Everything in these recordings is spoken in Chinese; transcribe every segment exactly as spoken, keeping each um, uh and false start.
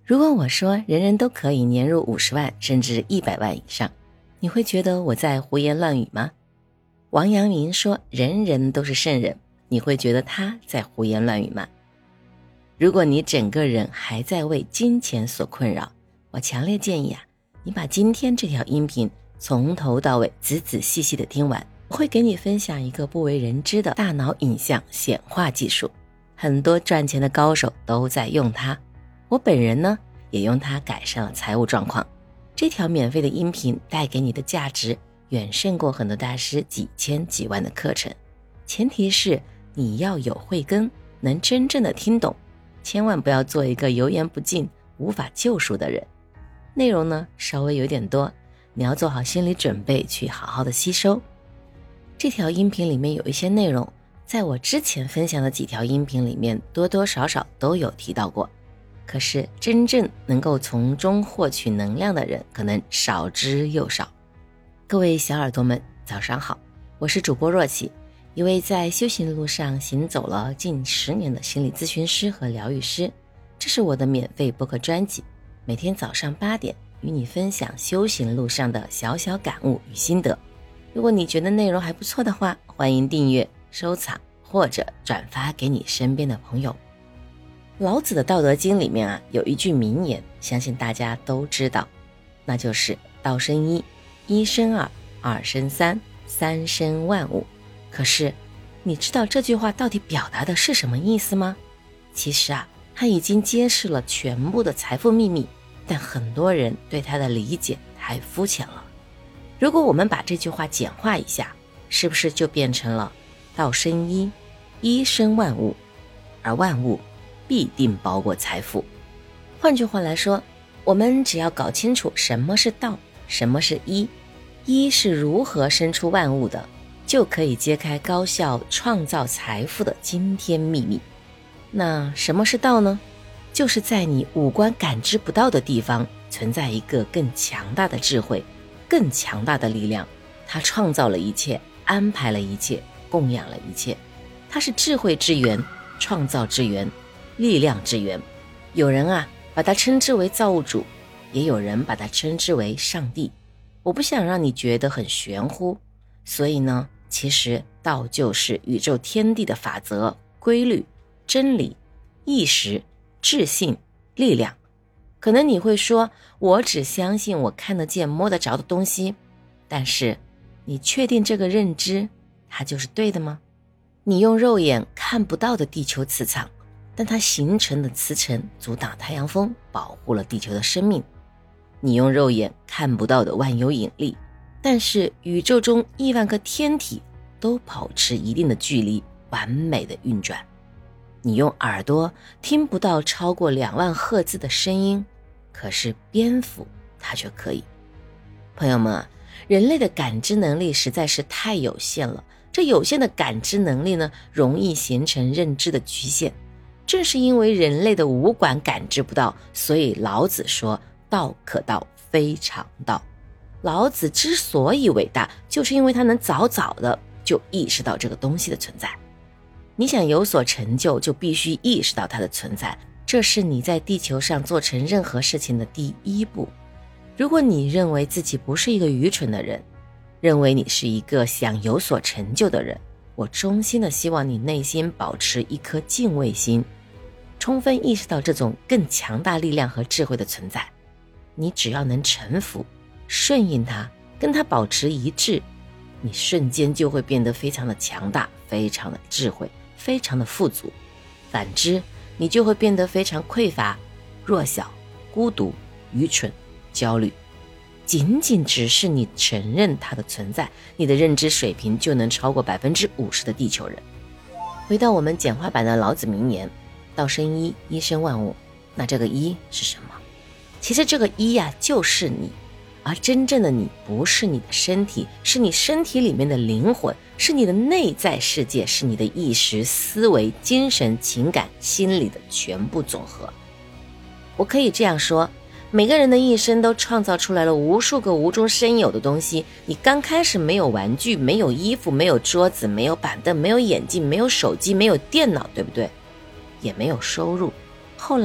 如果我说人人都可以年入五十万甚至一百万以上，你会觉得我在胡言乱语吗？王阳明说人人都是圣人，你会觉得他在胡言乱语吗？如果你整个人还在为金钱所困扰，我强烈建议啊，你把今天这条音频从头到尾仔仔细细的听完。我会给你分享一个不为人知的大脑影像显化技术，很多赚钱的高手都在用它，我本人呢也用它改善了财务状况。这条免费的音频带给你的价值远胜过很多大师几千几万的课程，前提是你要有慧根，能真正的听懂，千万不要做一个油盐不进无法救赎的人。内容呢稍微有点多，你要做好心理准备去好好的吸收。这条音频里面有一些内容在我之前分享的几条音频里面多多少少都有提到过，可是真正能够从中获取能量的人可能少之又少。各位小耳朵们早上好，我是主播若琪，一位在修行路上行走了近十年的心理咨询师和疗愈师。这是我的免费播客专辑，每天早上八点与你分享修行路上的小小感悟与心得。如果你觉得内容还不错的话，欢迎订阅、收藏或者转发给你身边的朋友。老子的《道德经》里面啊有一句名言，相信大家都知道，那就是道生一，一生二，二生三，三生万物。可是你知道这句话到底表达的是什么意思吗？其实啊，它已经揭示了全部的财富秘密，但很多人对它的理解太肤浅了。如果我们把这句话简化一下，是不是就变成了道生一，一生万物，而万物必定包括财富。换句话来说，我们只要搞清楚什么是道，什么是一，一是如何生出万物的，就可以揭开高效创造财富的惊天秘密。那什么是道呢？就是在你五官感知不到的地方存在一个更强大的智慧，更强大的力量，它创造了一切，安排了一切，供养了一切。它是智慧之源，创造之源，力量之源。有人啊把它称之为造物主，也有人把它称之为上帝。我不想让你觉得很玄乎，所以呢，其实道就是宇宙天地的法则、规律、真理、意识、智性、力量。可能你会说，我只相信我看得见摸得着的东西，但是你确定这个认知它就是对的吗？你用肉眼看不到的地球磁场，但它形成的磁层阻挡太阳风，保护了地球的生命。你用肉眼看不到的万有引力，但是宇宙中亿万个天体都保持一定的距离，完美的运转。你用耳朵听不到超过两万赫兹的声音，可是蝙蝠它却可以。朋友们，人类的感知能力实在是太有限了，这有限的感知能力呢，容易形成认知的局限。正是因为人类的五感感知不到，所以老子说道可道，非常道。老子之所以伟大，就是因为他能早早的就意识到这个东西的存在。你想有所成就，就必须意识到它的存在，这是你在地球上做成任何事情的第一步。如果你认为自己不是一个愚蠢的人，认为你是一个想有所成就的人，我衷心的希望你内心保持一颗敬畏心，充分意识到这种更强大力量和智慧的存在。你只要能臣服，顺应它，跟它保持一致，你瞬间就会变得非常的强大，非常的智慧，非常的富足。反之，你就会变得非常匮乏、弱小、孤独、愚蠢、焦虑。仅仅只是你承认它的存在，你的认知水平就能超过 百分之五十 的地球人。回到我们简化版的老子名言，道生一，一生万物。那这个一是什么？其实这个一呀、啊，就是你。而真正的你不是你的身体，是你身体里面的灵魂，是你的内在世界，是你的意识、思维、精神、情感、心理的全部总和。我可以这样说，每个人的一生都创造出来了无数个无中生有的东西。你刚开始没有玩具，没有衣服，没有桌子，没有板凳，没有眼镜，没有手机，没有电脑，对不对？也没有收入。后来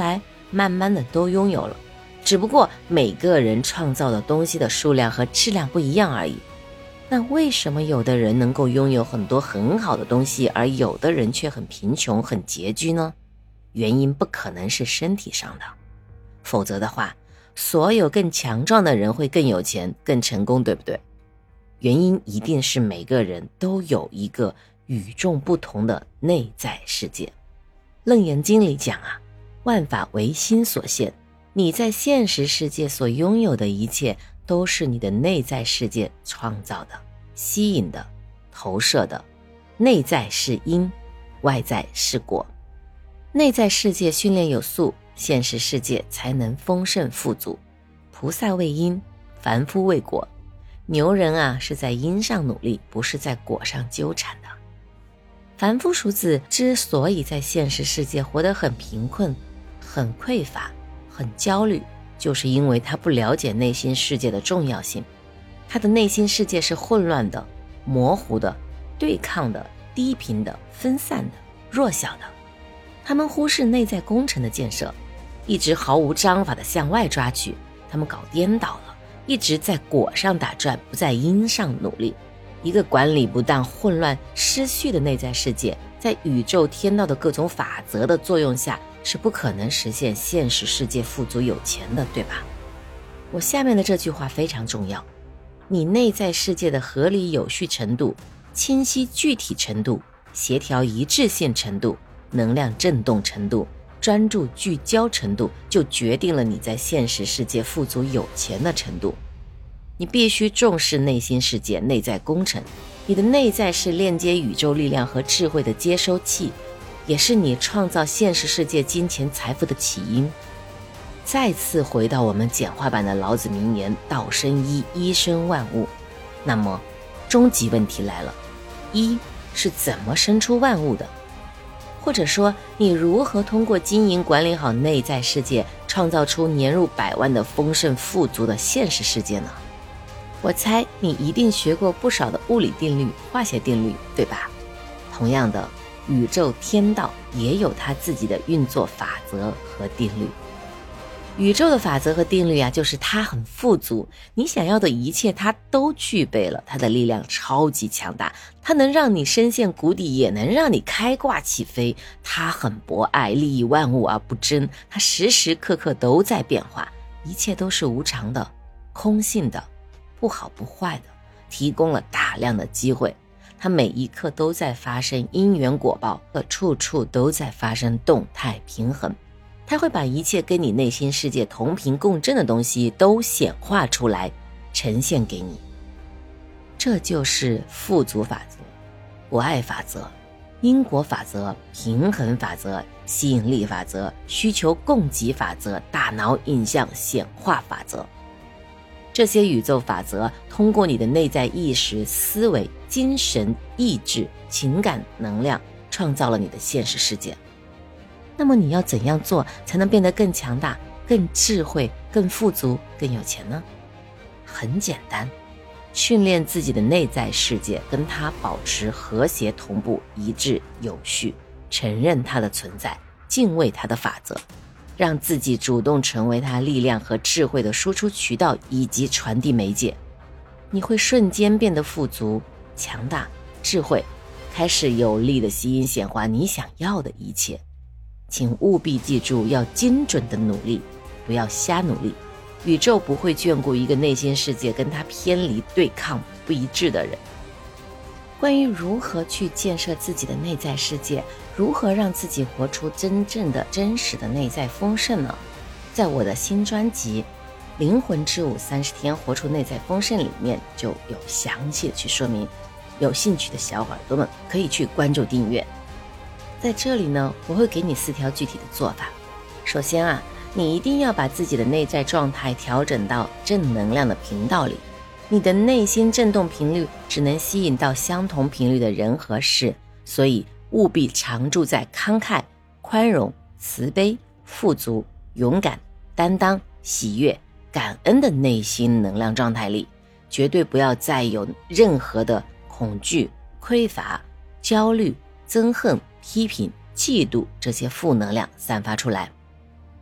慢慢的都拥有了，只不过每个人创造的东西的数量和质量不一样而已。那为什么有的人能够拥有很多很好的东西，而有的人却很贫穷很拮据呢？原因不可能是身体上的，否则的话，所有更强壮的人会更有钱更成功，对不对？原因一定是每个人都有一个与众不同的内在世界。楞严经里讲啊，万法唯心所现，你在现实世界所拥有的一切都是你的内在世界创造的、吸引的、投射的。内在是因，外在是果。内在世界训练有素，现实世界才能丰盛富足。菩萨为因，凡夫为果。牛人啊，是在因上努力，不是在果上纠缠的。凡夫俗子之所以在现实世界活得很贫困、很匮乏、很焦虑，就是因为他不了解内心世界的重要性。他的内心世界是混乱的、模糊的、对抗的、低频的、分散的、弱小的。他们忽视内在工程的建设，一直毫无章法地向外抓取，他们搞颠倒了，一直在果上打转，不在因上努力。一个管理不当、混乱、失序的内在世界，在宇宙天道的各种法则的作用下，是不可能实现现实世界富足有钱的，对吧？我下面的这句话非常重要，你内在世界的合理有序程度、清晰具体程度、协调一致性程度、能量振动程度、专注聚焦程度，就决定了你在现实世界富足有钱的程度。你必须重视内心世界内在工程，你的内在是链接宇宙力量和智慧的接收器，也是你创造现实世界金钱财富的起因。再次回到我们简化版的老子名言，道生一，一生万物。那么终极问题来了，一是怎么生出万物的？或者说，你如何通过经营管理好内在世界，创造出年入百万的丰盛富足的现实世界呢？我猜你一定学过不少的物理定律、化学定律，对吧？同样的，宇宙天道也有它自己的运作法则和定律。宇宙的法则和定律啊，就是它很富足，你想要的一切它都具备了，它的力量超级强大，它能让你深陷谷底，也能让你开挂起飞。它很博爱，利益万物而不争，它时时刻刻都在变化，一切都是无常的、空性的、不好不坏的，提供了大量的机会。它每一刻都在发生因缘果报，和处处都在发生动态平衡。它会把一切跟你内心世界同频共振的东西都显化出来，呈现给你。这就是富足法则、博爱法则、因果法则、平衡法则、吸引力法则、需求供给法则、大脑影像显化法则。这些宇宙法则通过你的内在意识、思维、精神、意志、情感、能量，创造了你的现实世界。那么你要怎样做才能变得更强大、更智慧、更富足、更有钱呢？很简单，训练自己的内在世界，跟它保持和谐同步、一致有序，承认它的存在，敬畏它的法则，让自己主动成为它力量和智慧的输出渠道以及传递媒介。你会瞬间变得富足、强大、智慧，开始有力的吸引显化你想要的一切。请务必记住，要精准的努力，不要瞎努力。宇宙不会眷顾一个内心世界跟它偏离、对抗、不一致的人。关于如何去建设自己的内在世界，如何让自己活出真正的真实的内在丰盛呢？在我的新专辑《灵魂之舞三十天活出内在丰盛》里面就有详细的去说明，有兴趣的小耳朵们可以去关注订阅。在这里呢，我会给你四条具体的做法。首先啊，你一定要把自己的内在状态调整到正能量的频道里，你的内心振动频率只能吸引到相同频率的人和事，所以务必常住在慷慨、宽容、慈悲、富足、勇敢、担当、喜悦、感恩的内心能量状态里，绝对不要再有任何的恐惧、匮乏、焦虑、憎恨、批评、嫉妒这些负能量散发出来。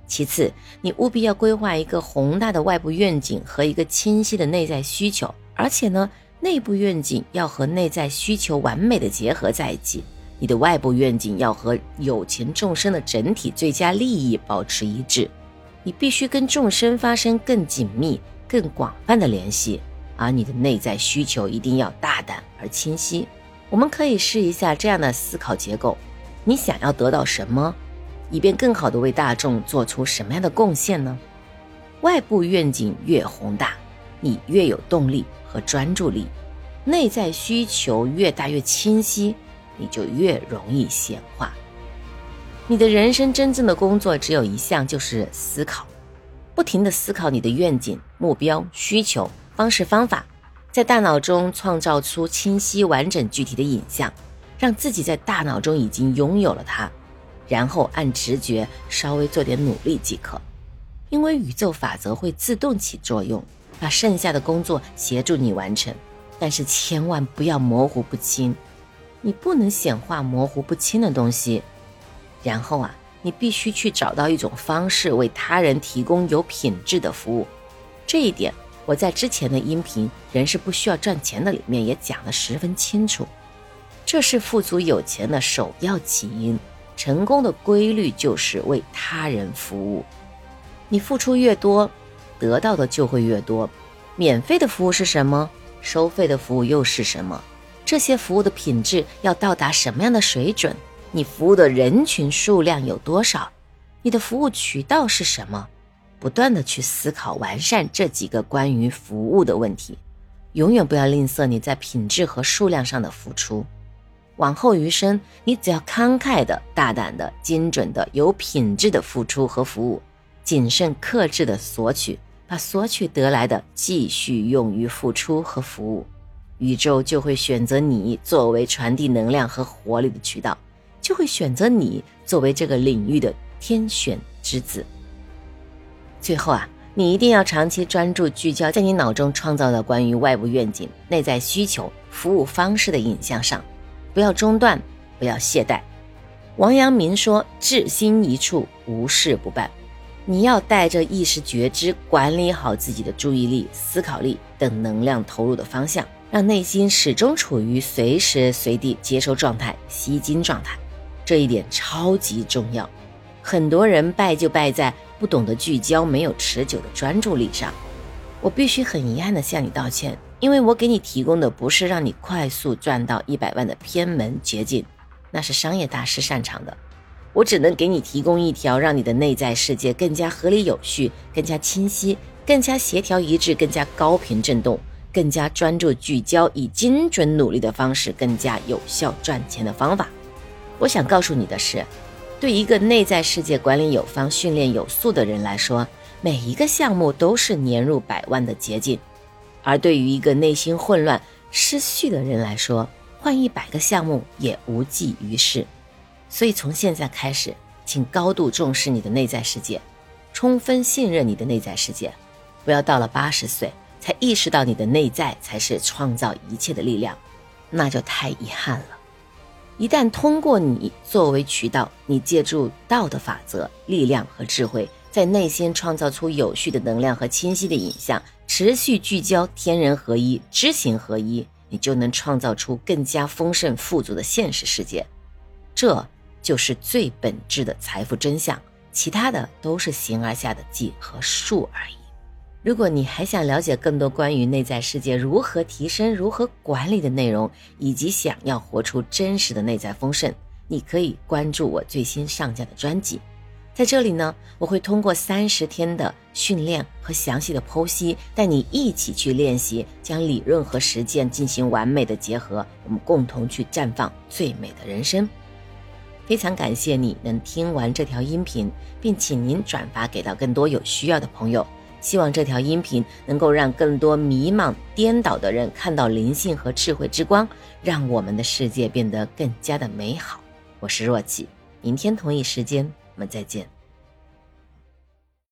其次，你务必要规划一个宏大的外部愿景和一个清晰的内在需求，而且呢，内部愿景要和内在需求完美的结合在一起，你的外部愿景要和有情众生的整体最佳利益保持一致。你必须跟众生发生更紧密、更广泛的联系，而你的内在需求一定要大胆而清晰。我们可以试一下这样的思考结构：你想要得到什么，以便更好地为大众做出什么样的贡献呢？外部愿景越宏大，你越有动力和专注力；内在需求越大越清晰，你就越容易显化。你的人生真正的工作只有一项，就是思考，不停地思考你的愿景、目标、需求、方式方法，在大脑中创造出清晰、完整、具体的影像，让自己在大脑中已经拥有了它，然后按直觉稍微做点努力即可。因为宇宙法则会自动起作用，把剩下的工作协助你完成，但是千万不要模糊不清，你不能显化模糊不清的东西。然后啊，你必须去找到一种方式为他人提供有品质的服务。这一点我在之前的音频《人是不需要赚钱的》里面也讲得十分清楚。这是富足有钱的首要起因，成功的规律就是为他人服务。你付出越多，得到的就会越多。免费的服务是什么？收费的服务又是什么？这些服务的品质要到达什么样的水准？你服务的人群数量有多少？你的服务渠道是什么？不断地去思考完善这几个关于服务的问题，永远不要吝啬你在品质和数量上的付出。往后余生，你只要慷慨的、大胆的、精准的、有品质的付出和服务，谨慎克制的索取，把索取得来的继续用于付出和服务，宇宙就会选择你作为传递能量和活力的渠道，就会选择你作为这个领域的天选之子。最后啊，你一定要长期专注聚焦在你脑中创造的关于外部愿景、内在需求、服务方式的影像上，不要中断，不要懈怠。王阳明说，志心一处，无事不办。你要带着意识觉知，管理好自己的注意力、思考力等能量投入的方向，让内心始终处于随时随地接收状态、吸金状态。这一点超级重要。很多人败就败在不懂得聚焦，没有持久的专注力上。我必须很遗憾地向你道歉，因为我给你提供的不是让你快速赚到一百万的偏门捷径，那是商业大师擅长的。我只能给你提供一条让你的内在世界更加合理有序、更加清晰、更加协调一致、更加高频振动、更加专注聚焦，以精准努力的方式更加有效赚钱的方法。我想告诉你的是，对一个内在世界管理有方、训练有素的人来说，每一个项目都是年入百万的捷径；而对于一个内心混乱、失序的人来说，换一百个项目也无济于事。所以从现在开始，请高度重视你的内在世界，充分信任你的内在世界，不要到了八十岁才意识到你的内在才是创造一切的力量，那就太遗憾了。一旦通过你作为渠道，你借助道的法则、力量和智慧，在内心创造出有序的能量和清晰的影像，持续聚焦天人合一、知行合一，你就能创造出更加丰盛富足的现实世界。这就是最本质的财富真相，其他的都是形而下的计和数而已。如果你还想了解更多关于内在世界如何提升、如何管理的内容，以及想要活出真实的内在丰盛，你可以关注我最新上架的专辑。在这里呢，我会通过三十天的训练和详细的剖析，带你一起去练习，将理论和实践进行完美的结合，我们共同去绽放最美的人生。非常感谢你能听完这条音频，并请您转发给到更多有需要的朋友。希望这条音频能够让更多迷茫颠倒的人看到灵性和智慧之光，让我们的世界变得更加的美好。我是若琪，明天同一时间我们再见。